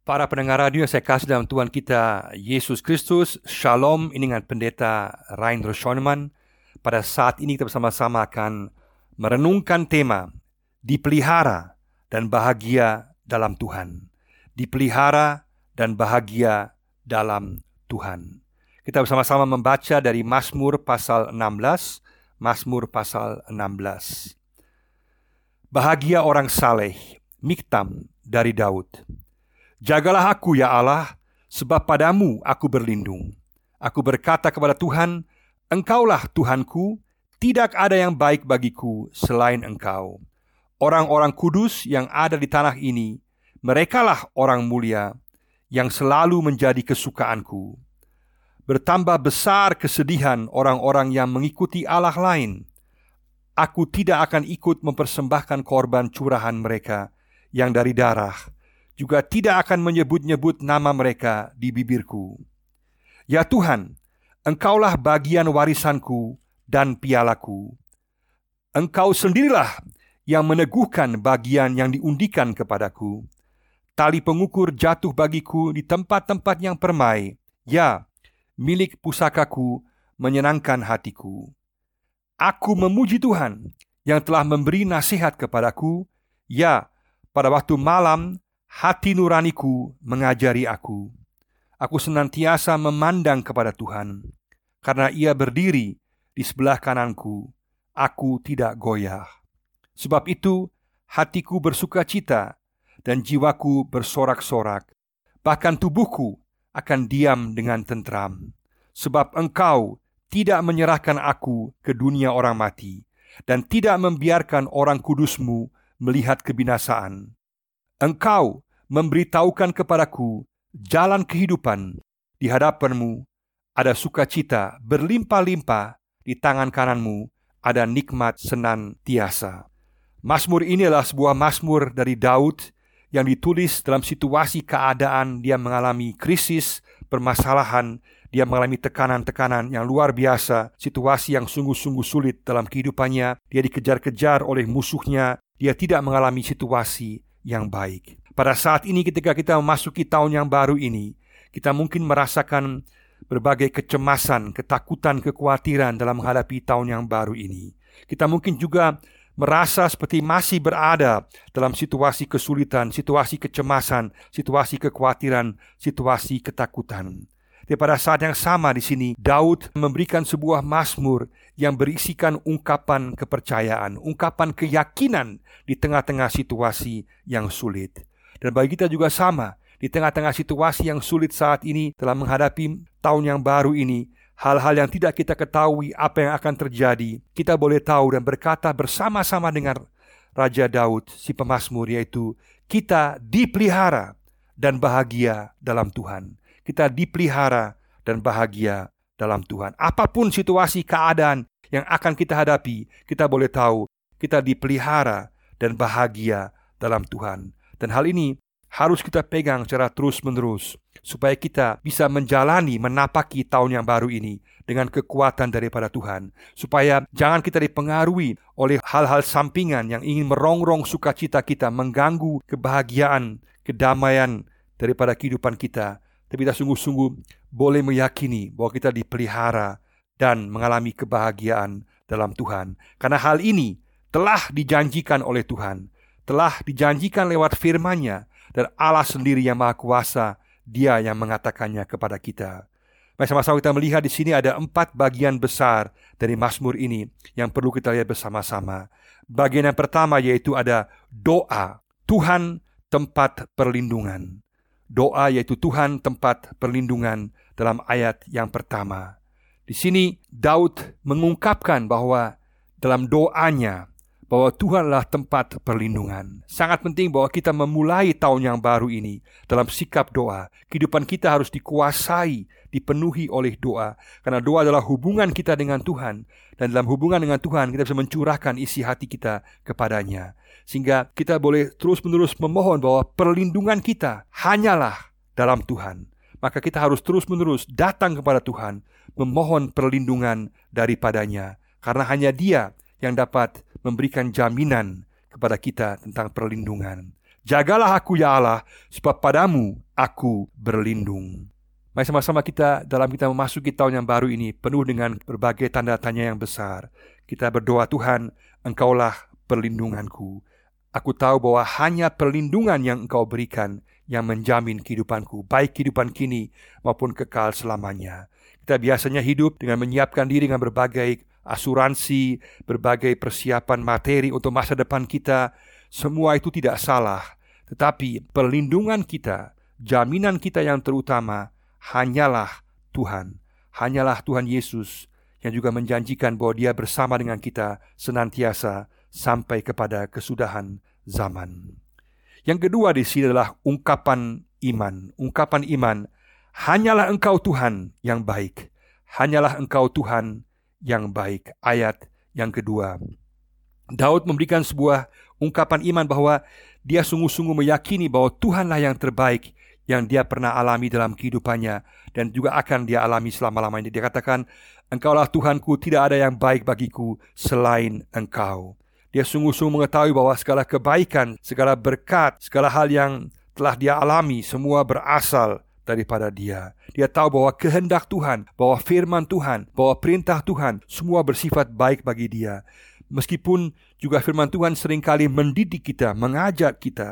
Para pendengar radio yang saya kasih dalam Tuhan kita Yesus Kristus, Shalom. Ini dengan Pendeta Reiner Schoenemann. Pada saat ini kita bersama-sama akan merenungkan tema dipelihara dan bahagia dalam Tuhan. Dipelihara dan bahagia dalam Tuhan. Kita bersama-sama membaca dari Mazmur pasal 16. Mazmur pasal 16. Bahagia orang saleh, Miktam dari Daud. Jagalah aku ya Allah, sebab padamu aku berlindung. Aku berkata kepada Tuhan, Engkaulah Tuhanku, tidak ada yang baik bagiku selain Engkau. Orang-orang kudus yang ada di tanah ini, merekalah orang mulia yang selalu menjadi kesukaanku. Bertambah besar kesedihan orang-orang yang mengikuti Allah lain. Aku tidak akan ikut mempersembahkan korban curahan mereka yang dari darah, juga tidak akan menyebut-nyebut nama mereka di bibirku. Ya Tuhan, Engkaulah bagian warisanku dan pialaku. Engkau sendirilah yang meneguhkan bagian yang diundikan kepadaku. Tali pengukur jatuh bagiku di tempat-tempat yang permai. Ya, milik pusakaku menyenangkan hatiku. Aku memuji Tuhan yang telah memberi nasihat kepadaku. Ya, pada waktu malam, hati nuraniku mengajari aku. Aku senantiasa memandang kepada Tuhan. Karena Ia berdiri di sebelah kananku, aku tidak goyah. Sebab itu, hatiku bersukacita dan jiwaku bersorak-sorak. Bahkan tubuhku akan diam dengan tentram. Sebab Engkau tidak menyerahkan aku ke dunia orang mati, dan tidak membiarkan orang kudus-Mu melihat kebinasaan. Engkau memberitahukan kepadaku jalan kehidupan. Di hadapan-Mu ada sukacita berlimpah-limpah, di tangan kanan-Mu ada nikmat senantiasa. Mazmur ini adalah sebuah mazmur dari Daud yang ditulis dalam situasi keadaan dia mengalami krisis, permasalahan, dia mengalami tekanan-tekanan yang luar biasa, situasi yang sungguh-sungguh sulit dalam kehidupannya, dia dikejar-kejar oleh musuhnya, dia tidak mengalami situasi yang baik. Pada saat ini ketika kita memasuki tahun yang baru ini, kita mungkin merasakan berbagai kecemasan, ketakutan, kekhawatiran dalam menghadapi tahun yang baru ini. Kita mungkin juga merasa seperti masih berada dalam situasi kesulitan, situasi kecemasan, situasi kekhawatiran, situasi ketakutan. Di pada saat yang sama di sini, Daud memberikan sebuah mazmur yang berisikan ungkapan kepercayaan, ungkapan keyakinan di tengah-tengah situasi yang sulit. Dan bagi kita juga sama, di tengah-tengah situasi yang sulit saat ini, dalam menghadapi tahun yang baru ini, hal-hal yang tidak kita ketahui apa yang akan terjadi, kita boleh tahu dan berkata bersama-sama dengan Raja Daud, si pemazmur, yaitu kita dipelihara dan bahagia dalam Tuhan. Kita dipelihara dan bahagia dalam Tuhan. Apapun situasi keadaan yang akan kita hadapi, kita boleh tahu kita dipelihara dan bahagia dalam Tuhan. Dan hal ini harus kita pegang secara terus-menerus, supaya kita bisa menjalani, menapaki tahun yang baru ini dengan kekuatan daripada Tuhan. Supaya jangan kita dipengaruhi oleh hal-hal sampingan yang ingin merongrong sukacita kita, mengganggu kebahagiaan, kedamaian daripada kehidupan kita. Tapi kita sungguh-sungguh boleh meyakini bahwa kita dipelihara dan mengalami kebahagiaan dalam Tuhan. Karena hal ini telah dijanjikan oleh Tuhan, telah dijanjikan lewat firman-Nya, dan Allah sendiri yang Maha Kuasa, Dia yang mengatakannya kepada kita. Mari sama-sama kita melihat di sini ada 4 bagian besar dari mazmur ini yang perlu kita lihat bersama-sama. Bagian yang pertama yaitu ada doa, Tuhan tempat perlindungan. Doa yaitu Tuhan tempat perlindungan dalam ayat yang pertama. Di sini Daud mengungkapkan bahwa dalam doanya bahwa Tuhan adalah tempat perlindungan. Sangat penting bahwa kita memulai tahun yang baru ini dalam sikap doa. Kehidupan kita harus dikuasai, dipenuhi oleh doa. Karena doa adalah hubungan kita dengan Tuhan. Dan dalam hubungan dengan Tuhan kita bisa mencurahkan isi hati kita kepadanya. Sehingga kita boleh terus-menerus memohon bahwa perlindungan kita hanyalah dalam Tuhan. Maka kita harus terus-menerus datang kepada Tuhan, memohon perlindungan daripadanya. Karena hanya Dia yang dapat memberikan jaminan kepada kita tentang perlindungan. Jagalah aku ya Allah, sebab padamu aku berlindung. Mari sama-sama kita dalam kita memasuki tahun yang baru ini penuh dengan berbagai tanda tanya yang besar. Kita berdoa, Tuhan, Engkaulah perlindunganku. Aku tahu bahwa hanya perlindungan yang Engkau berikan yang menjamin kehidupanku, baik kehidupan kini maupun kekal selamanya. Kita biasanya hidup dengan menyiapkan diri dengan berbagai asuransi, berbagai persiapan materi untuk masa depan kita. Semua itu tidak salah, tetapi perlindungan kita, jaminan kita yang terutama hanyalah Tuhan. Hanyalah Tuhan Yesus yang juga menjanjikan bahwa Dia bersama dengan kita senantiasa sampai kepada kesudahan zaman. Yang kedua di sini adalah ungkapan iman. Ungkapan iman, hanyalah Engkau Tuhan yang baik. Hanyalah Engkau Tuhan yang baik. Ayat yang kedua. Daud memberikan sebuah ungkapan iman bahwa dia sungguh-sungguh meyakini bahwa Tuhanlah yang terbaik yang dia pernah alami dalam kehidupannya dan juga akan dia alami selama-lamanya. Dia katakan, Engkaulah Tuhanku, tidak ada yang baik bagiku selain Engkau. Dia sungguh-sungguh mengetahui bahwa segala kebaikan, segala berkat, segala hal yang telah dia alami semua berasal daripada Dia. Dia tahu bahwa kehendak Tuhan, bahwa firman Tuhan, bahwa perintah Tuhan semua bersifat baik bagi dia. Meskipun juga firman Tuhan seringkali mendidik kita, mengajar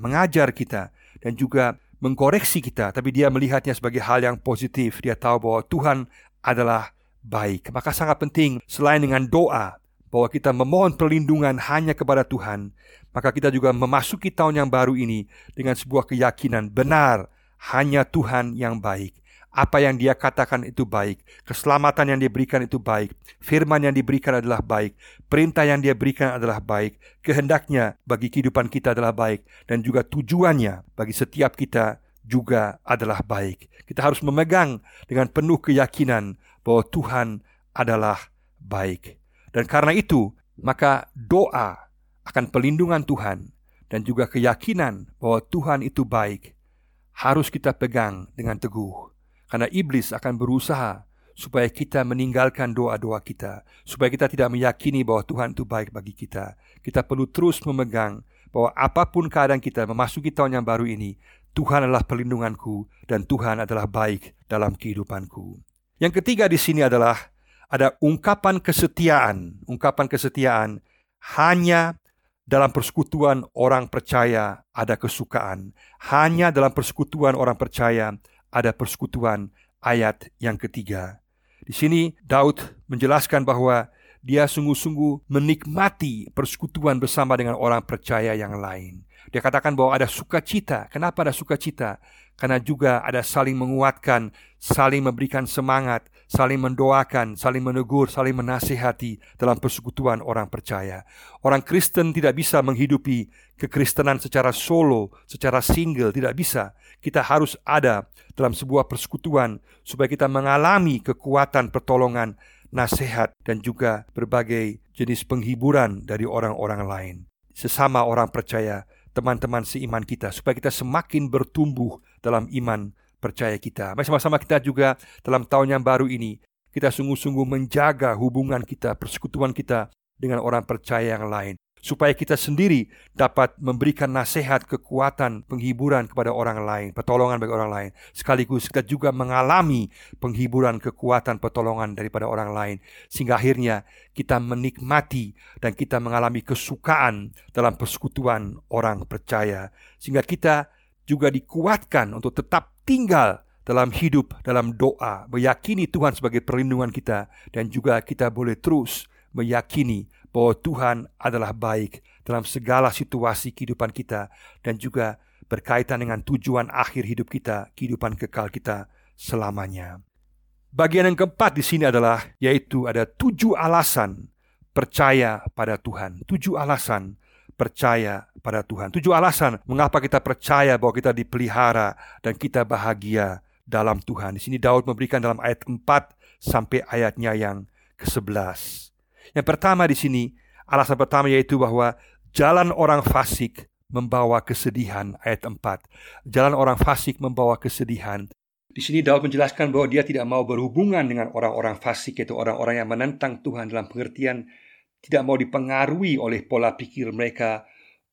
kita dan juga mengkoreksi kita, tapi dia melihatnya sebagai hal yang positif. Dia tahu bahwa Tuhan adalah baik. Maka sangat penting selain dengan doa bahwa kita memohon perlindungan hanya kepada Tuhan, maka kita juga memasuki tahun yang baru ini dengan sebuah keyakinan benar hanya Tuhan yang baik. Apa yang Dia katakan itu baik, keselamatan yang Dia berikan itu baik, firman yang diberikan adalah baik, perintah yang Dia berikan adalah baik, kehendaknya bagi kehidupan kita adalah baik, dan juga tujuannya bagi setiap kita juga adalah baik. Kita harus memegang dengan penuh keyakinan bahwa Tuhan adalah baik. Dan karena itu, maka doa akan perlindungan Tuhan dan juga keyakinan bahwa Tuhan itu baik harus kita pegang dengan teguh. Karena iblis akan berusaha supaya kita meninggalkan doa-doa kita, supaya kita tidak meyakini bahwa Tuhan itu baik bagi kita. Kita perlu terus memegang bahwa apapun keadaan kita memasuki tahun yang baru ini, Tuhan adalah perlindunganku dan Tuhan adalah baik dalam kehidupanku. Yang ketiga di sini adalah ada ungkapan kesetiaan. Ungkapan kesetiaan, hanya dalam persekutuan orang percaya ada kesukaan. Hanya dalam persekutuan orang percaya ada persekutuan. Ayat yang ketiga. Di sini Daud menjelaskan bahwa dia sungguh-sungguh menikmati persekutuan bersama dengan orang percaya yang lain. Dia katakan bahwa ada sukacita. Kenapa ada sukacita? Karena juga ada saling menguatkan, saling memberikan semangat, saling mendoakan, saling menegur, saling menasihati dalam persekutuan orang percaya. Orang Kristen tidak bisa menghidupi kekristenan secara solo, secara single, tidak bisa. Kita harus ada dalam sebuah persekutuan supaya kita mengalami kekuatan pertolongan, nasihat, dan juga berbagai jenis penghiburan dari orang-orang lain. Sesama orang percaya, teman-teman seiman kita, supaya kita semakin bertumbuh dalam iman percaya kita. Mari sama-sama kita juga dalam tahun yang baru ini, kita sungguh-sungguh menjaga hubungan kita, persekutuan kita dengan orang percaya yang lain, supaya kita sendiri dapat memberikan nasihat, kekuatan, penghiburan kepada orang lain, pertolongan bagi orang lain. Sekaligus kita juga mengalami penghiburan, kekuatan, pertolongan daripada orang lain. Sehingga akhirnya kita menikmati dan kita mengalami kesukaan dalam persekutuan orang percaya. Sehingga kita juga dikuatkan untuk tetap tinggal dalam hidup, dalam doa, meyakini Tuhan sebagai perlindungan kita. Dan juga kita boleh terus meyakini bahwa Tuhan adalah baik dalam segala situasi kehidupan kita dan juga berkaitan dengan tujuan akhir hidup kita, kehidupan kekal kita selamanya. Bagian yang keempat di sini adalah yaitu ada 7 alasan percaya pada Tuhan. 7 alasan percaya pada Tuhan. 7 alasan mengapa kita percaya bahwa kita dipelihara dan kita bahagia dalam Tuhan. Di sini Daud memberikan dalam ayat 4 sampai ayatnya yang ke-11. Yang pertama di sini, alasan pertama yaitu bahwa jalan orang fasik membawa kesedihan. Ayat 4. Jalan orang fasik membawa kesedihan. Di sini Daud menjelaskan bahwa dia tidak mau berhubungan dengan orang-orang fasik, yaitu orang-orang yang menentang Tuhan dalam pengertian tidak mau dipengaruhi oleh pola pikir mereka,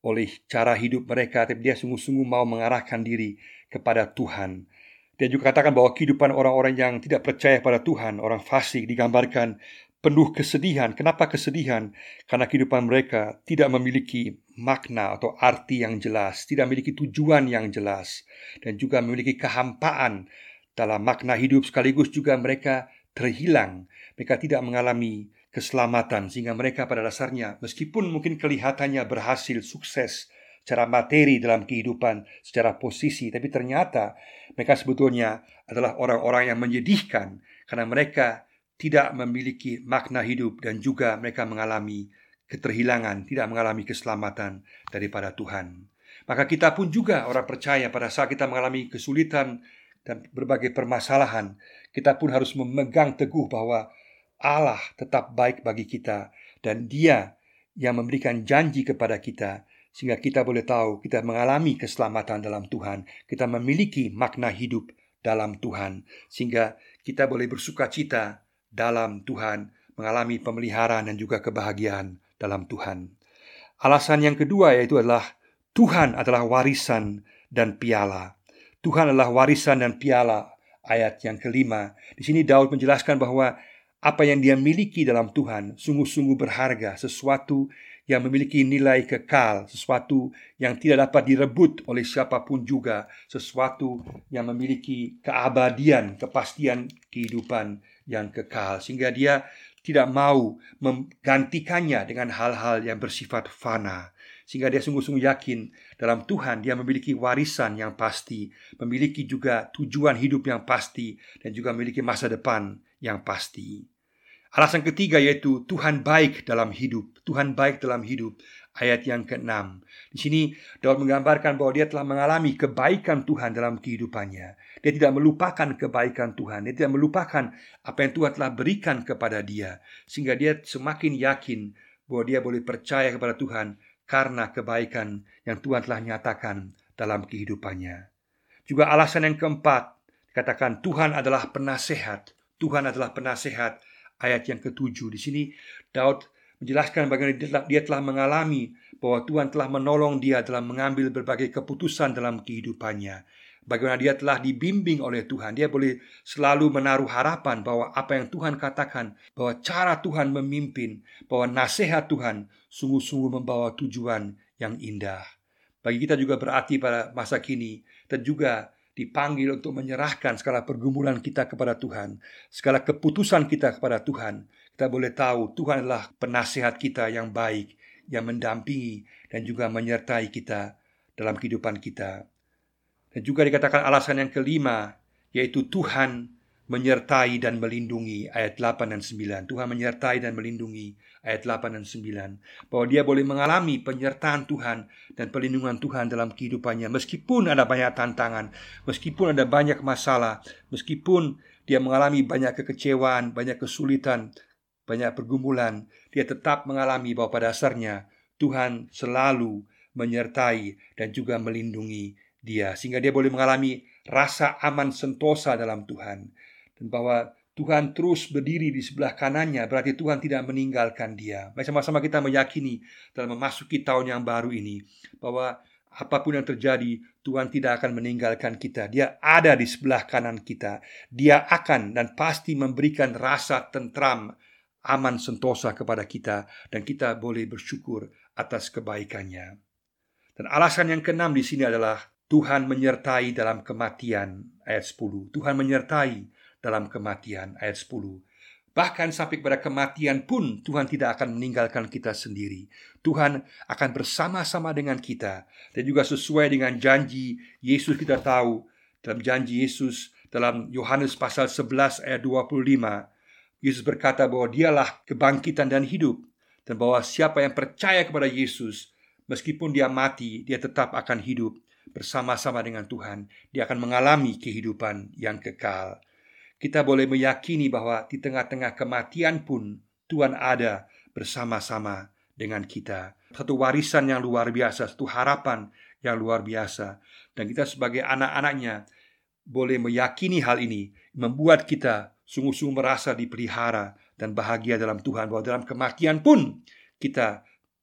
oleh cara hidup mereka, tapi dia sungguh-sungguh mau mengarahkan diri kepada Tuhan. Dia juga katakan bahwa kehidupan orang-orang yang tidak percaya pada Tuhan, orang fasik, digambarkan penuh kesedihan. Kenapa kesedihan? Karena kehidupan mereka tidak memiliki makna atau arti yang jelas, tidak memiliki tujuan yang jelas, dan juga memiliki kehampaan dalam makna hidup, sekaligus juga mereka terhilang. Mereka tidak mengalami keselamatan, sehingga mereka pada dasarnya, meskipun mungkin kelihatannya berhasil, sukses secara materi dalam kehidupan, secara posisi, tapi ternyata mereka sebetulnya adalah orang-orang yang menyedihkan, karena mereka tidak memiliki makna hidup dan juga mereka mengalami keterhilangan, tidak mengalami keselamatan daripada Tuhan. Maka kita pun juga orang percaya, pada saat kita mengalami kesulitan dan berbagai permasalahan, kita pun harus memegang teguh bahwa Allah tetap baik bagi kita, dan Dia yang memberikan janji kepada kita, sehingga kita boleh tahu kita mengalami keselamatan dalam Tuhan, kita memiliki makna hidup dalam Tuhan, sehingga kita boleh bersukacita dalam Tuhan, mengalami pemeliharaan dan juga kebahagiaan dalam Tuhan. Alasan yang kedua yaitu adalah Tuhan adalah warisan dan piala. Tuhan adalah warisan dan piala. Ayat yang kelima, di sini Daud menjelaskan bahwa apa yang dia miliki dalam Tuhan sungguh-sungguh berharga, sesuatu yang memiliki nilai kekal, sesuatu yang tidak dapat direbut oleh siapapun juga, sesuatu yang memiliki keabadian, kepastian kehidupan yang kekal, sehingga dia tidak mau menggantikannya dengan hal-hal yang bersifat fana. Sehingga dia sungguh-sungguh yakin dalam Tuhan dia memiliki warisan yang pasti, memiliki juga tujuan hidup yang pasti, dan juga memiliki masa depan yang pasti. Alasan ketiga yaitu Tuhan baik dalam hidup. Tuhan baik dalam hidup. Ayat yang ke-6. Di sini Daud menggambarkan bahwa dia telah mengalami kebaikan Tuhan dalam kehidupannya. Dia tidak melupakan kebaikan Tuhan. Dia tidak melupakan apa yang Tuhan telah berikan kepada dia, sehingga dia semakin yakin bahwa dia boleh percaya kepada Tuhan karena kebaikan yang Tuhan telah nyatakan dalam kehidupannya. Juga alasan yang keempat, dikatakan Tuhan adalah penasehat. Tuhan adalah penasehat. Ayat yang ke-7. Di sini Daud menjelaskan bagaimana dia telah mengalami bahwa Tuhan telah menolong dia dalam mengambil berbagai keputusan dalam kehidupannya. Bagaimana dia telah dibimbing oleh Tuhan. Dia boleh selalu menaruh harapan bahwa apa yang Tuhan katakan, bahwa cara Tuhan memimpin, bahwa nasihat Tuhan sungguh-sungguh membawa tujuan yang indah. Bagi kita juga berarti pada masa kini, kita juga dipanggil untuk menyerahkan segala pergumulan kita kepada Tuhan, segala keputusan kita kepada Tuhan. Kita boleh tahu Tuhan adalah penasihat kita yang baik, yang mendampingi dan juga menyertai kita dalam kehidupan kita. Dan juga dikatakan alasan yang kelima, yaitu Tuhan menyertai dan melindungi. Ayat 8 dan 9. Tuhan menyertai dan melindungi. Ayat 8 dan 9. Bahwa dia boleh mengalami penyertaan Tuhan dan perlindungan Tuhan dalam kehidupannya. Meskipun ada banyak tantangan, meskipun ada banyak masalah, meskipun dia mengalami banyak kekecewaan, banyak kesulitan, banyak pergumulan, dia tetap mengalami bahwa pada dasarnya Tuhan selalu menyertai dan juga melindungi dia, sehingga dia boleh mengalami rasa aman sentosa dalam Tuhan, dan bahwa Tuhan terus berdiri di sebelah kanannya, berarti Tuhan tidak meninggalkan dia. Mari sama-sama kita meyakini dalam memasuki tahun yang baru ini bahwa apapun yang terjadi, Tuhan tidak akan meninggalkan kita. Dia ada di sebelah kanan kita. Dia akan dan pasti memberikan rasa tentram, aman sentosa kepada kita, dan kita boleh bersyukur atas kebaikannya. Dan alasan yang keenam di sini adalah Tuhan menyertai dalam kematian. Ayat 10. Tuhan menyertai dalam kematian. Ayat 10. Bahkan sampai kepada kematian pun Tuhan tidak akan meninggalkan kita sendiri. Tuhan akan bersama-sama dengan kita. Dan juga sesuai dengan janji Yesus, kita tahu dalam janji Yesus dalam Yohanes pasal 11 ayat 25, Yesus berkata bahwa dialah kebangkitan dan hidup, dan bahwa siapa yang percaya kepada Yesus, meskipun dia mati, dia tetap akan hidup bersama-sama dengan Tuhan. Dia akan mengalami kehidupan yang kekal. Kita boleh meyakini bahwa di tengah-tengah kematian pun Tuhan ada bersama-sama dengan kita. Satu warisan yang luar biasa, satu harapan yang luar biasa. Dan kita sebagai anak-anaknya boleh meyakini hal ini, membuat kita sungguh-sungguh merasa dipelihara dan bahagia dalam Tuhan, bahwa dalam kematian pun kita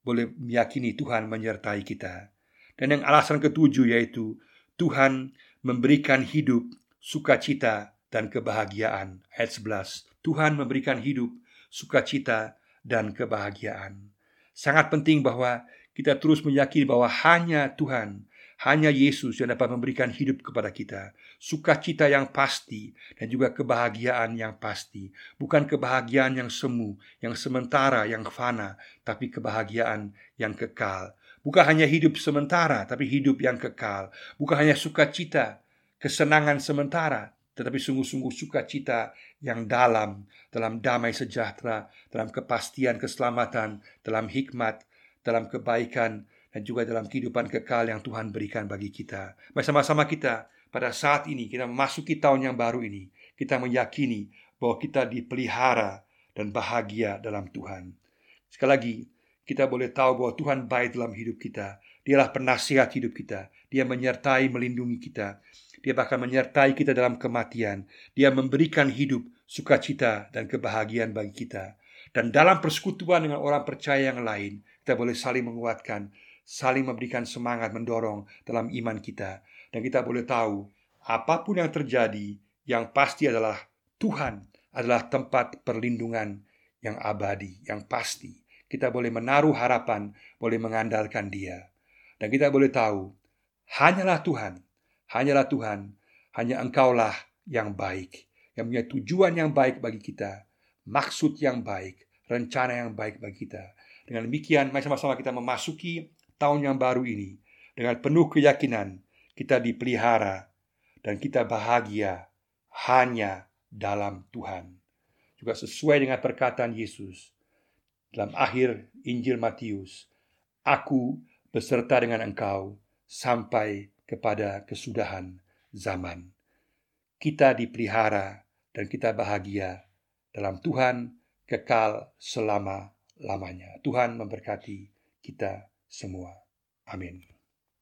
boleh meyakini Tuhan menyertai kita. Dan yang alasan ketujuh yaitu Tuhan memberikan hidup, sukacita, dan kebahagiaan. Ayat 11. Tuhan memberikan hidup, sukacita, dan kebahagiaan. Sangat penting bahwa kita terus meyakini bahwa hanya Tuhan, hanya Yesus yang dapat memberikan hidup kepada kita, sukacita yang pasti dan juga kebahagiaan yang pasti. Bukan kebahagiaan yang semu, yang sementara, yang fana, tapi kebahagiaan yang kekal. Bukan hanya hidup sementara, tapi hidup yang kekal. Bukan hanya sukacita, kesenangan sementara, tetapi sungguh-sungguh sukacita yang dalam damai sejahtera, dalam kepastian keselamatan, dalam hikmat, dalam kebaikan, dan juga dalam kehidupan kekal yang Tuhan berikan bagi kita. Bersama-sama kita pada saat ini, kita memasuki tahun yang baru ini, kita meyakini bahwa kita dipelihara dan bahagia dalam Tuhan. Sekali lagi, kita boleh tahu bahwa Tuhan baik dalam hidup kita. Dialah penasihat hidup kita. Dia menyertai, melindungi kita. Dia bahkan menyertai kita dalam kematian. Dia memberikan hidup, sukacita, dan kebahagiaan bagi kita. Dan dalam persekutuan dengan orang percaya yang lain, kita boleh saling menguatkan, saling memberikan semangat, mendorong dalam iman kita. Dan kita boleh tahu, apapun yang terjadi, yang pasti adalah Tuhan adalah tempat perlindungan yang abadi, yang pasti. Kita boleh menaruh harapan, boleh mengandalkan Dia. Dan kita boleh tahu, hanyalah Tuhan, hanya Engkaulah yang baik, yang punya tujuan yang baik bagi kita, maksud yang baik, rencana yang baik bagi kita. Dengan demikian, mari sama-sama kita memasuki tahun yang baru ini dengan penuh keyakinan kita dipelihara dan kita bahagia hanya dalam Tuhan. Juga sesuai dengan perkataan Yesus dalam akhir Injil Matius, aku beserta dengan engkau sampai kepada kesudahan zaman. Kita dipelihara dan kita bahagia dalam Tuhan kekal selama-lamanya. Tuhan memberkati kita semua. Amin.